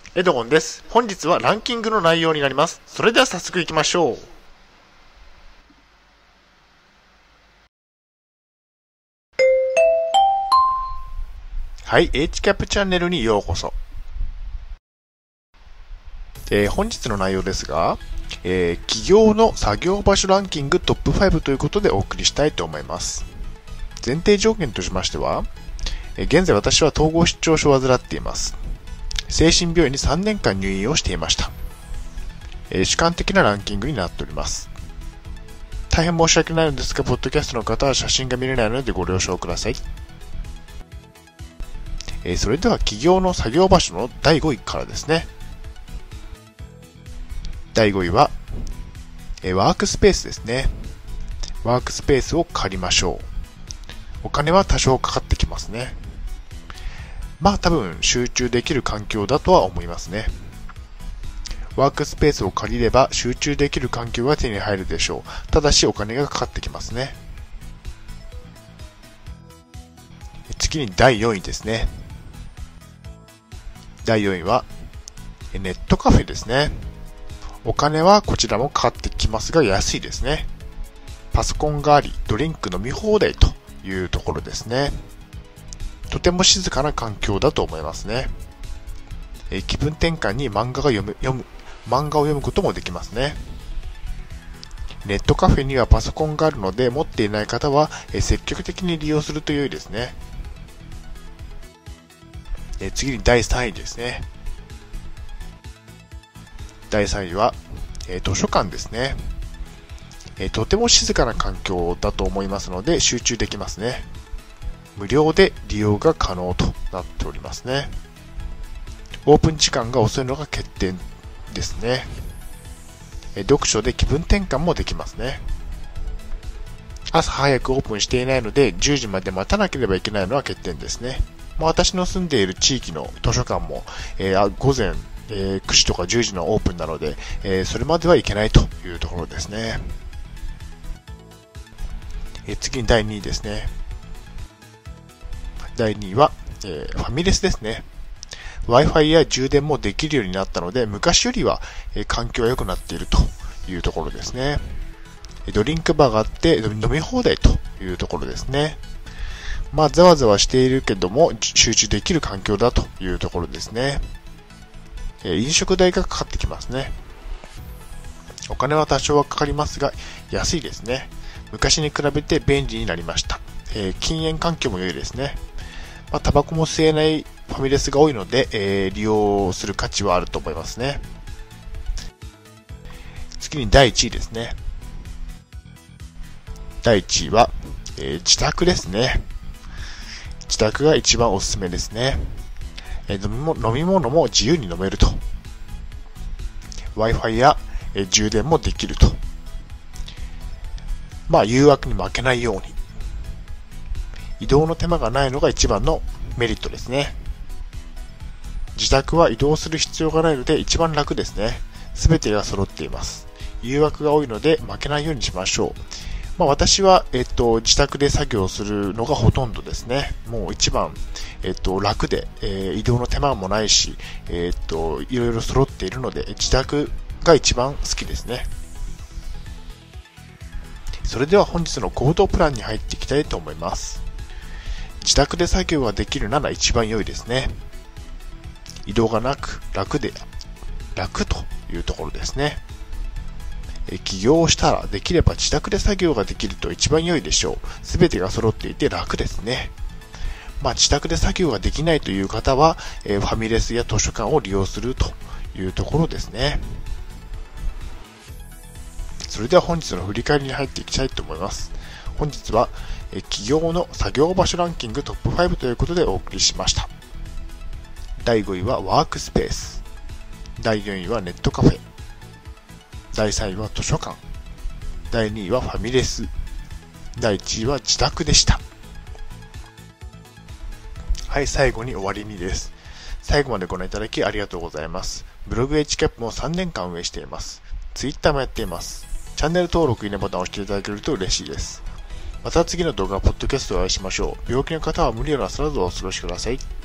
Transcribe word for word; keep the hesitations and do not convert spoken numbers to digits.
エドゴンです。本日はランキングの内容になります。それでは早速いきましょう。はい、エイチキャップ チャンネルにようこそ。えー、本日の内容ですが、えー、企業の作業場所ランキングトップファイブということでお送りしたいと思います。前提条件としましては、えー、現在私は統合失調症を患っています。精神病院にさんねんかん入院をしていました。えー、主観的なランキングになっております。大変申し訳ないのですが、ポッドキャストの方は写真が見れないのでご了承ください。えー、それでは企業の作業場所のだいごいからですね。だいごいは、えー、ワークスペースですね。ワークスペースを借りましょう。お金は多少かかってきますね。まあ多分集中できる環境だとは思いますね。ワークスペースを借りれば集中できる環境が手に入るでしょう。ただしお金がかかってきますね。次にだいよんいですね。だいよんいはネットカフェですね。お金はこちらもかかってきますが安いですね。パソコンがあり、ドリンク飲み放題というところですね。とても静かな環境だと思いますね。え気分転換に漫画が読む、読む、漫画を読むこともできますね。ネットカフェにはパソコンがあるので、持っていない方はえ積極的に利用すると良いですね。え次にだいさんいですね。だいさんいは、え図書館ですね。えとても静かな環境だと思いますので集中できますね。無料で利用が可能となっておりますね。オープン時間が遅いのが欠点ですね。え読書で気分転換もできますね。朝早くオープンしていないのでじゅうじまで待たなければいけないのは欠点ですね。まあ、私の住んでいる地域の図書館も、えー、午前、えー、くじとかじゅうじのオープンなので、えー、それまではいけないというところですね。えー、次にだいにいですね。だいにいは、えー、ファミレスですね。Wi-Fi や充電もできるようになったので、昔よりは、えー、環境が良くなっているというところですね。ドリンクバーがあって飲み放題というところですね。まあ、ざわざわしているけども、集中できる環境だというところですね。えー、飲食代がかかってきますね。お金は多少はかかりますが、安いですね。昔に比べて便利になりました。えー、禁煙環境も良いですね。まあ、タバコも吸えないファミレスが多いので、えー、利用する価値はあると思いますね。次にだいいちいですね。だいいちいは、えー、自宅ですね。自宅が一番おすすめですね。えー、飲みも、飲み物も自由に飲めると。Wi-Fi や、えー、充電もできると。まあ、誘惑に負けないように。移動の手間がないのが一番のメリットですね。自宅は移動する必要がないので一番楽ですね。すべてが揃っています。誘惑が多いので負けないようにしましょう。まあ、私は、えっと、自宅で作業するのがほとんどですね。もう一番、えっと、楽で、えー、移動の手間もないし、えっと、いろいろ揃っているので、自宅が一番好きですね。それでは本日の行動プランに入っていきたいと思います。自宅で作業ができるなら一番良いですね。移動がなく、楽で、楽というところですね。起業をしたらできれば自宅で作業ができると一番良いでしょう。すべてが揃っていて楽ですね。まあ自宅で作業ができないという方は、えー、ファミレスや図書館を利用するというところですね。それでは本日の振り返りに入っていきたいと思います。本日は、えー、企業の作業場所ランキングトップファイブということでお送りしました。だいごいはワークスペース。だいよんいはネットカフェ。だいさんいは図書館。だいにいはファミレス。だいいちいは自宅でした。はい、最後に終わりにです。最後までご覧いただきありがとうございます。ブログ エイチキャップ もさんねんかん運営しています。Twitter もやっています。チャンネル登録、いいねボタンを押していただけると嬉しいです。また次の動画、ポッドキャストでお会いしましょう。病気の方は無理をなさらずお過ごしください。